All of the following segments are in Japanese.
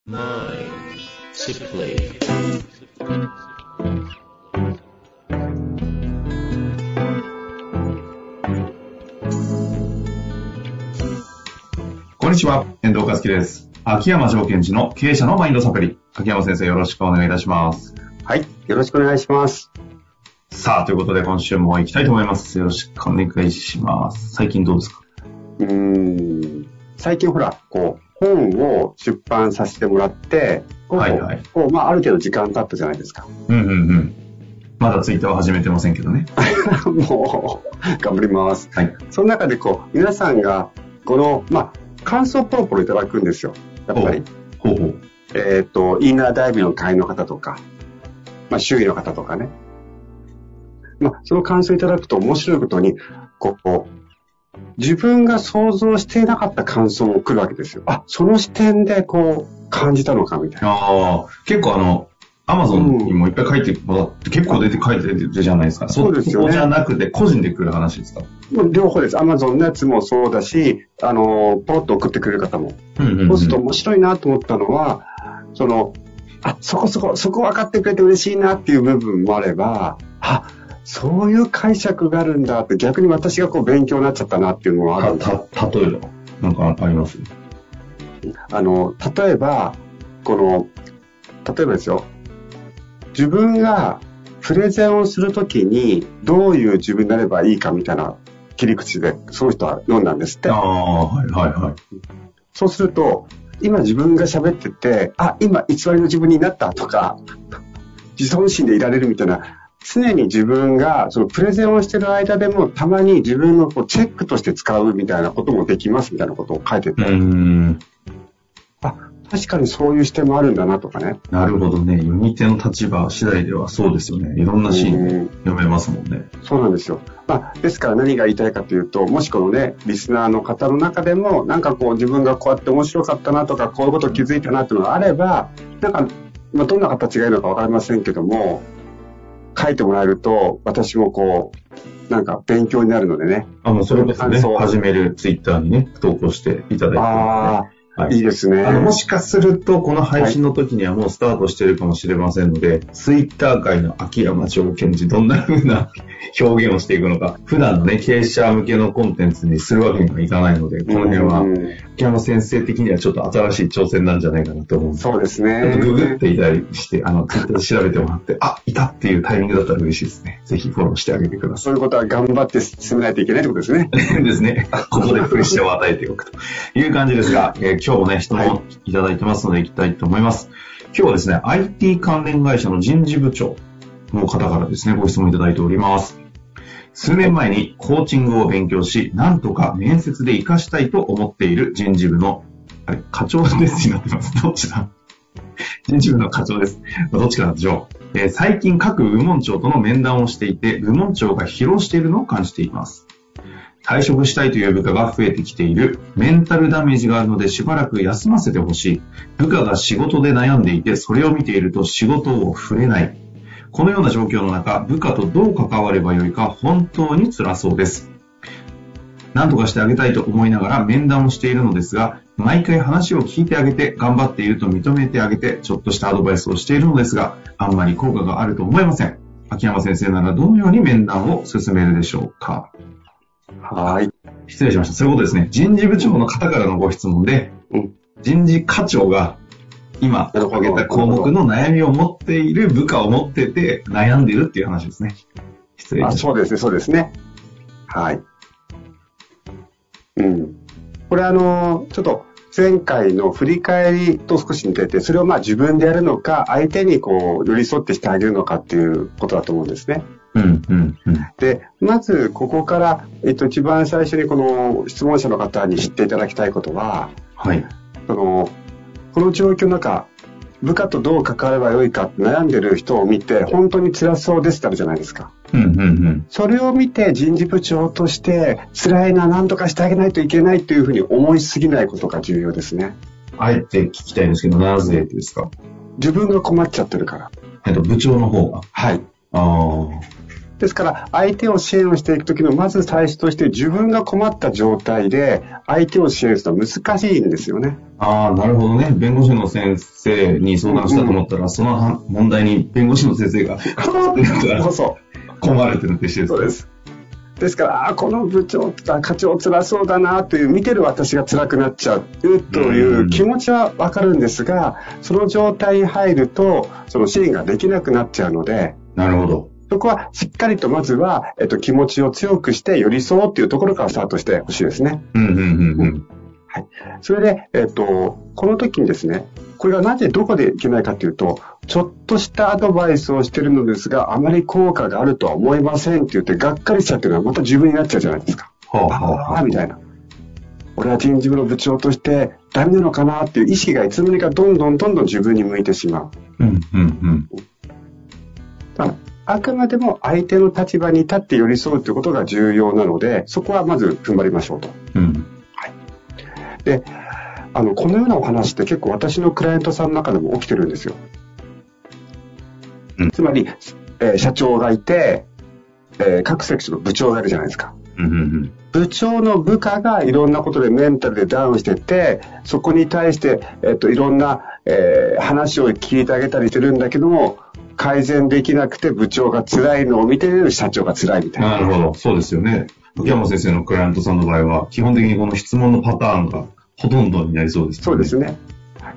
Mind to play. こんにちは、遠藤和樹です。秋山条件時の経営者のマインドサプリ。秋山先生、よろしくお願いいたします。 はい、よろしくお願いします。 さあ、ということで今週も行きたいと思います。よろしくお願いします。最近どうですか？ 最近ほら、本を出版させてもらって、ある程度時間経ったじゃないですか。 まだツイッターは始めてませんけどね。 もう、頑張ります。 はい。 その中で皆さんが、感想ポロポロいただくんですよ。やっぱり。インナーダイビングの会の方とか、周囲の方とかね。その感想いただくと面白いことに、自分が想像していなかった感想も来るわけですよ。その視点で感じたのかみたいな。 結構アマゾンにもいっぱい書いてもらって、結構書いてるじゃないですか。 そうですよね。 そうじゃなくて個人で来る話ですか？ 両方です。アマゾンのやつもそうだし、ポロッと送ってくれる方も。そうすると面白いなと思ったのは、そこ分かってくれて嬉しいなっていう部分もあれば、そういう解釈があるんだって逆に私が勉強になっちゃったなっていうのがあるんですよ。 例えばなんかあります？ 例えばですよ。自分がプレゼンをするときにどういう自分になればいいかみたいな切り口でその人は読んだんですって。そうすると今自分が喋ってて、今偽りの自分になったとか、自尊心でいられるみたいな、常に自分がそのプレゼンをしている間でもたまに自分のチェックとして使うみたいなこともできますみたいなことを書いてて、確かにそういう視点もあるんだなとかね。 なるほどね。読み手の立場次第ではそうですよね。いろんなシーンで読めますもんね。 そうなんですよ。ですから何が言いたいかというと、もしリスナーの方の中でも自分がこうやって面白かったなとか、こういうこと気づいたなっていうのがあれば、どんな形がいいのかわかりませんけども、書いてもらえると私も勉強になるのでね。 それこそね、始めるツイッターにね、投稿していただいて、 いいですね。 もしかするとこの配信の時にはもうスタートしているかもしれませんので、ツイッター界の秋山条件時どんな風な表現をしていくのか、普段のね、経営者向けのコンテンツにするわけにはいかないので、この辺は秋山先生的にはちょっと新しい挑戦なんじゃないかなと思う。 そうですね。 ちょっとググっていたりして、ツイッターで調べてもらって、いたっていうタイミングだったら嬉しいですね。ぜひフォローしてあげてください。 そういうことは頑張って進めないといけないってことですね。 ですね。ここでプレッシャーを与えておくという感じですが、今日もね、質問いただいてますので、いきたいと思います。今日はですね、IT 関連会社の人事部長の方からですね、ご質問いただいております。数年前にコーチングを勉強し、なんとか面接で活かしたいと思っている人事部の、課長ですになってます。どっちだ？人事部の課長です。どっちかなんでしょう。最近各部門長との面談をしていて、部門長が疲労しているのを感じています。退職したいという部下が増えてきている。メンタルダメージがあるのでしばらく休ませてほしい。部下が仕事で悩んでいて、それを見ていると仕事を振れない。このような状況の中、部下とどう関わればよいか本当に辛そうです。何とかしてあげたいと思いながら面談をしているのですが、毎回話を聞いてあげて頑張っていると認めてあげて、ちょっとしたアドバイスをしているのですが、あんまり効果があると思えません。秋山先生ならどのように面談を進めるでしょうか？失礼しました。そういうことですね。人事部長の方からのご質問で、人事課長が今挙げた項目の悩みを持っている部下を持ってて悩んでいるっていう話ですね。失礼しました。 そうですね、そうですね。はい。これちょっと前回の振り返りと少し似てて、それを自分でやるのか、相手に寄り添ってしてあげるのかっていうことだと思うんですね。で、まずここから、一番最初にこの質問者の方に知っていただきたいことは、この状況の中、部下とどう関わればよいかって悩んでる人を見て、本当に辛そうですってあるじゃないですか。それを見て人事部長として辛いな、何とかしてあげないといけないというふうに思いすぎないことが重要ですね。 あえて聞きたいんですけど、なぜですか？ 自分が困っちゃってるから。 部長の方が。 はい。 ですから相手を支援をしていくときのまず最初として自分が困った状態で相手を支援するのは難しいんですよね。 ああ、なるほどね。弁護士の先生に相談したと思ったら、その問題に弁護士の先生がカーってなったら困るってなってしてる。 そうです。ですからこの部長課長辛そうだなという見てる私が辛くなっちゃうという気持ちは分かるんですが、その状態に入るとその支援ができなくなっちゃうので。 なるほど。 そこはしっかりとまずは、気持ちを強くして寄り添うっていうところからスタートしてほしいですね。はい。それで、この時にですね、これがなぜどこでいけないかというと、ちょっとしたアドバイスをしてるのですが、あまり効果があるとは思いませんって言って、がっかりしちゃってるのはまた自分になっちゃうじゃないですか。みたいな。俺は人事部の部長としてダメなのかなっていう意識がいつの間にかどんどん自分に向いてしまう。あくまでも相手の立場に立って寄り添うということが重要なので、そこはまず踏ん張りましょうと。はい。で、このようなお話って結構私のクライアントさんの中でも起きてるんですよ。つまり、社長がいて、各セクションの部長がいるじゃないですか。部長の部下がいろんなことでメンタルでダウンしてて、そこに対して、いろんな、話を聞いてあげたりしてるんだけども、改善できなくて部長が辛いのを見てる社長が辛いみたいな。 なるほど。そうですよね。秋山先生のクライアントさんの場合は、基本的にこの質問のパターンがほとんどになりそうですね。 そうですね。はい、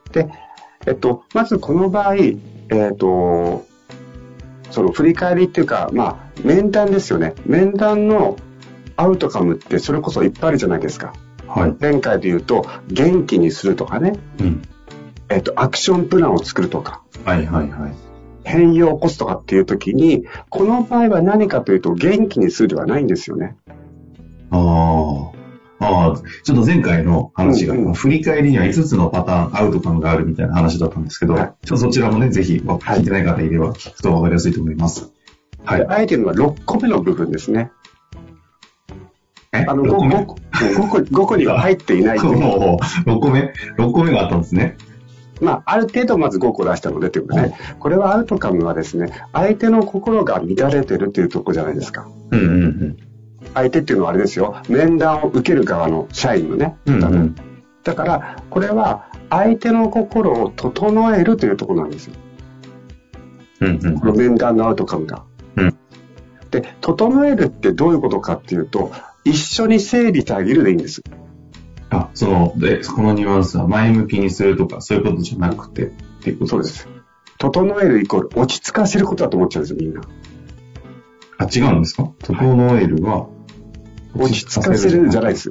で、まずこの場合、その振り返りっていうか、面談ですよね。面談のアウトカムってそれこそいっぱいあるじゃないですか。はい。前回で言うと、元気にするとかね。アクションプランを作るとか。変容を起こすとかっていう時に、この場合は何かというと元気にするではないんですよね。 ちょっと前回の話が、振り返りには5つのパターン、アウトカムがあるみたいな話だったんですけど、ちょっとそちらもね、ぜひ聞いてない方いれば聞くと分かりやすいと思います。 はい。あえていうのは6個目の部分ですね。5個には入っていないという。 6個目があったんですね。 ある程度まず5個出したのでということで、これはアウトカムはですね、相手の心が乱れてるというところじゃないですか。相手っていうのはあれですよ、面談を受ける側の社員のね。だから、これは相手の心を整えるというところなんですよ。この面談のアウトカムが。で、整えるってどういうことかっていうと、一緒に整理してあげるでいいんです。 このニュアンスは前向きにするとか、そういうことじゃなくてっていうことです。 そうです。整えるイコール落ち着かせることだと思っちゃうんですよ、みんな。 違うんですか？整えるは、 落ち着かせるじゃないです。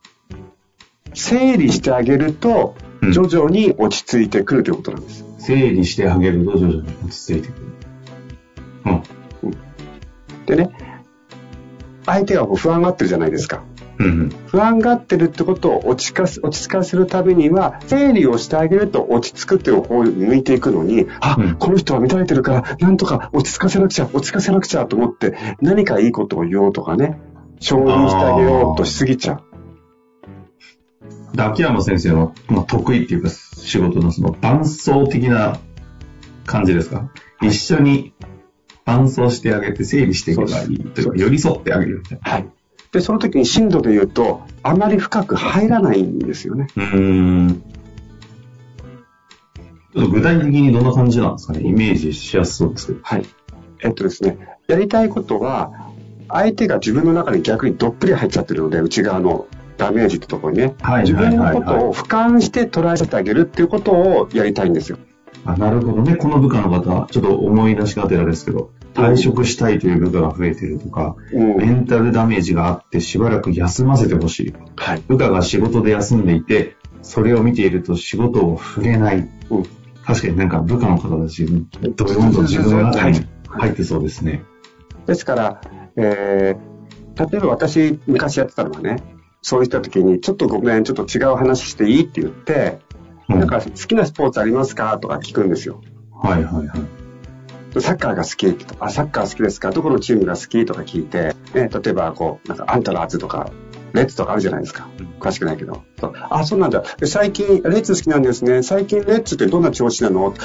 整理してあげると、徐々に落ち着いてくるということなんです。 整理してあげると徐々に落ち着いてくる。 でね、相手が不安がってるじゃないですか。不安がってるってことを落ち着かせるためには、整理をしてあげると落ち着くっていう方に向いていくのに、この人は乱れてるから、なんとか落ち着かせなくちゃと思って、何かいいことを言おうとかね、承認してあげようとしすぎちゃう。 秋山先生の、得意っていうか仕事のその伴走的な感じですか？一緒に伴走してあげて整理していけばいいというか、寄り添ってあげるみたいな。 はい。で、その時に深度で言うと、あまり深く入らないんですよね。 ちょっと具体的にどんな感じなんですかね？イメージしやすそうですけど。 はい。ですね、やりたいことは、相手が自分の中に逆にどっぷり入っちゃってるので、内側のダメージってところにね、自分のことを俯瞰して捉えさせてあげるっていうことをやりたいんですよ。 なるほどね。この部下の方、ちょっと思い出しがてらですけど、退職したいという部下が増えているとか、メンタルダメージがあってしばらく休ませてほしい。部下が仕事で休んでいて、それを見ていると仕事を触れない。確かになんか部下の方たち、どんどん自分の中に入ってそうですね。 ですから、例えば私、昔やってたのはね、そうした時に、ちょっとごめん、ちょっと違う話していいって言って、なんか好きなスポーツありますかとか聞くんですよ。サッカーが好きって言うと、サッカー好きですか？どこのチームが好きとか聞いて、例えばなんかアントラーズとか、レッツとかあるじゃないですか。詳しくないけど。そうなんだ。最近、レッツ好きなんですね。最近レッツってどんな調子なの？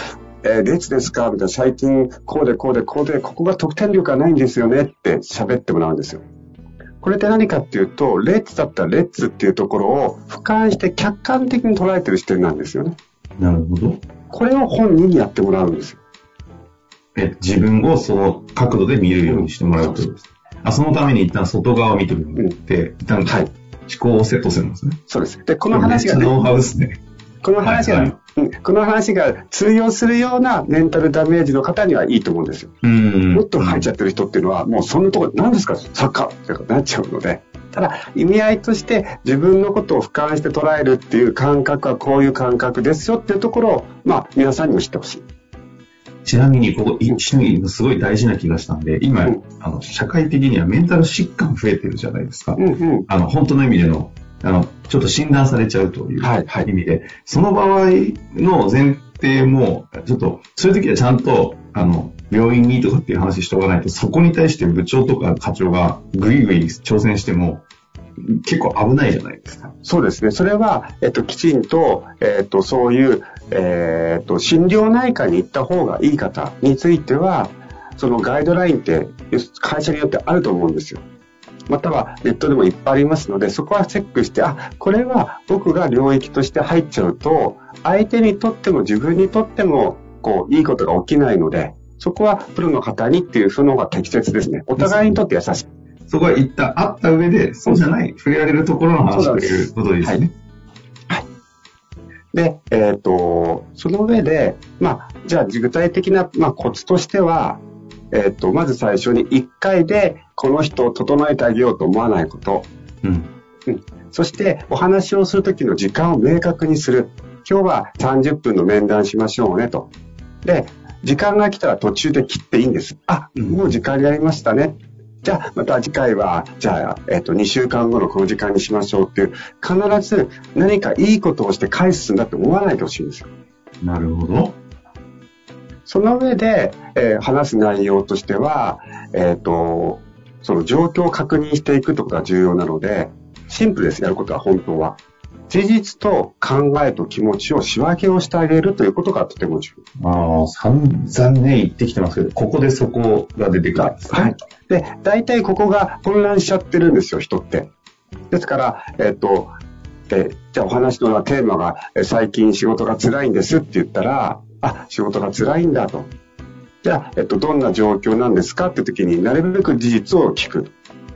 列ですかみたいな、最近こうで、ここが得点力がないんですよねって喋ってもらうんですよ。これって何かっていうと、列だったら列っていうところを俯瞰して客観的に捉えてる視点なんですよね。 なるほど。 これを本人にやってもらうんですよ。 自分をその角度で見るようにしてもらうということです。そのために一旦外側を見てみて、一旦思考をセットするんですね。 そうです。で、この話がね、 ノウハウですね。 この話が通用するようなメンタルダメージの方にはいいと思うんですよ。もっと入っちゃってる人っていうのは、もうそんなところ何ですかサッカーってなっちゃうので、ただ意味合いとして自分のことを俯瞰して捉えるっていう感覚はこういう感覚ですよっていうところを、皆さんにも知ってほしい。 ちなみにここ一瞬すごい大事な気がしたんで、今、社会的にはメンタル疾患増えてるじゃないですか。本当の意味でのちょっと診断されちゃうという意味で、その場合の前提も、ちょっと、そういう時はちゃんと、病院にとかっていう話しておかないと、そこに対して部長とか課長がぐいぐい挑戦しても、結構危ないじゃないですか。 そうですね。それは、きちんと、そういう、心療内科に行った方がいい方については、そのガイドラインって会社によってあると思うんですよ。またはネットでもいっぱいありますので、そこはチェックして、これは僕が領域として入っちゃうと、相手にとっても自分にとっても、いいことが起きないので、そこはプロの方にっていう、その方が適切ですね。お互いにとって優しい。 そこは一旦あった上で、そうじゃない、触れられるところの話ということですね。 はい。で、その上で、じゃあ具体的な、コツとしては、まず最初に1回でこの人を整えてあげようと思わないこと。そしてお話をするときの時間を明確にする。今日は30分の面談しましょうねと。で、時間が来たら途中で切っていいんです。もう時間になりましたね。じゃあまた次回は、2週間後のこの時間にしましょうっていう、必ず何かいいことをして返すんだって思わないでほしいんですよ。 なるほど。 その上で、話す内容としては、その状況を確認していくということが重要なので、シンプルです、やることは本当は。事実と考えと気持ちを仕分けをしてあげるということがとても重要。 散々ね、言ってきてますけど、ここでそこが出てくるんですね。 はい。で、大体ここが混乱しちゃってるんですよ、人って。ですから、じゃあお話のテーマが、最近仕事が辛いんですって言ったら、仕事が辛いんだと。じゃあ、どんな状況なんですかって時になるべく事実を聞く。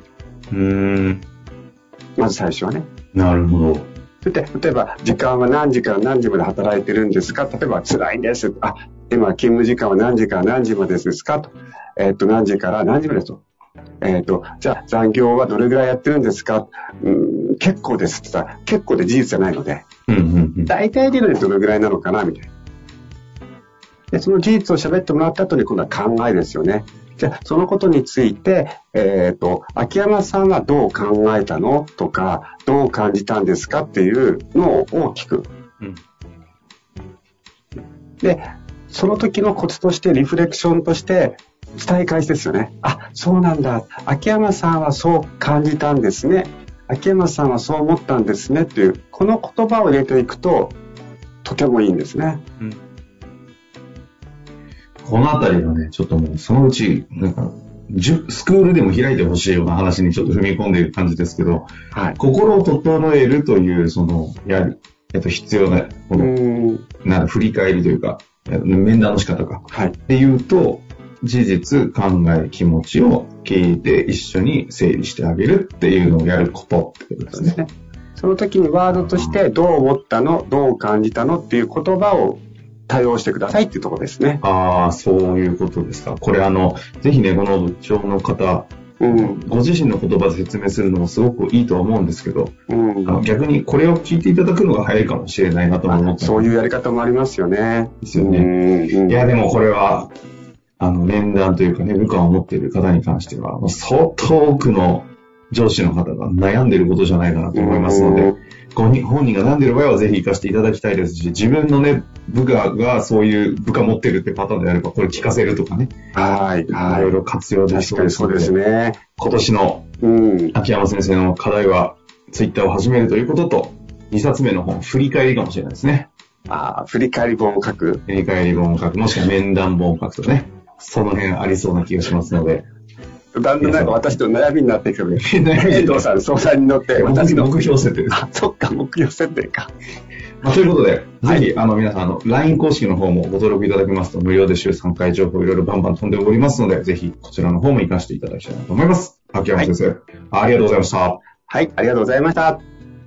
まず最初はね。 なるほど。 例えば、時間は何時から何時まで働いてるんですか？例えば、辛いんです。今、勤務時間は何時から何時までですか？と。何時から何時までですと。じゃあ、残業はどれぐらいやってるんですか？結構ですって言ったら、結構で事実じゃないので、大体でどれぐらいなのかなみたいな。で、その事実を喋ってもらった後に今度は考えですよね。じゃあ、そのことについて、秋山さんはどう考えたのとか、どう感じたんですかっていうのを聞く。で、その時のコツとして、リフレクションとして、伝え返しですよね。そうなんだ。秋山さんはそう感じたんですね。秋山さんはそう思ったんですね。っていう、この言葉を入れていくと、とてもいいんですね。 このあたりはね、ちょっともうそのうち、スクールでも開いてほしいような話にちょっと踏み込んでいる感じですけど、心を整えるという、必要な、振り返りというか、面談の仕方か。っていうと、事実、考え、気持ちを聞いて一緒に整理してあげるっていうのをやることってことですね。 その時にワードとして、どう思ったの、どう感じたのっていう言葉を対応してくださいっていうところですね。 そういうことですか。これぜひね、この部長の方、ご自身の言葉で説明するのもすごくいいとは思うんですけど、逆にこれを聞いていただくのが早いかもしれないなと思って。 そういうやり方もありますよね。 ですよね。いや、でもこれは、面談というかね、部下を持っている方に関しては、相当多くの上司の方が悩んでいることじゃないかなと思いますので、本人が悩んでいる場合はぜひ活かしていただきたいですし、自分のね、部下がそういう部下持ってるってパターンであれば、これ聞かせるとかね。いろいろ活用できそうですので。 確かにそうですね。 今年の秋山先生の課題は、ツイッターを始めるということと、2冊目の本、振り返りかもしれないですね。 振り返り本を書く。 振り返り本を書く。もしくは面談本を書くとかね。その辺ありそうな気がしますので。 だんだんなんか私と悩みになっていくので、遠藤さん相談に乗って、 私の目標設定です。 そっか、目標設定か。 ということで、ぜひ、皆さん、LINE 公式の方もご登録いただけますと、無料で週3回情報いろいろバンバン飛んでおりますので、ぜひ、こちらの方も活かしていただきたいなと思います。秋山先生、ありがとうございました。 はい、ありがとうございました。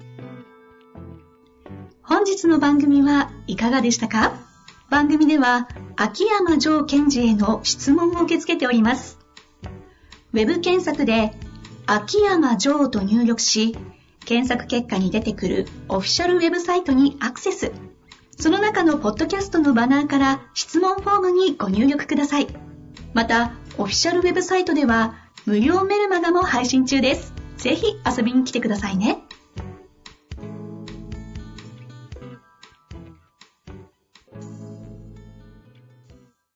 本日の番組はいかがでしたか？番組では、秋山城賢治への質問を受け付けております。ウェブ検索で秋山城と入力し、検索結果に出てくるオフィシャルウェブサイトにアクセス。その中のポッドキャストのバナーから質問フォームにご入力ください。また、オフィシャルウェブサイトでは無料メルマガも配信中です。ぜひ遊びに来てくださいね。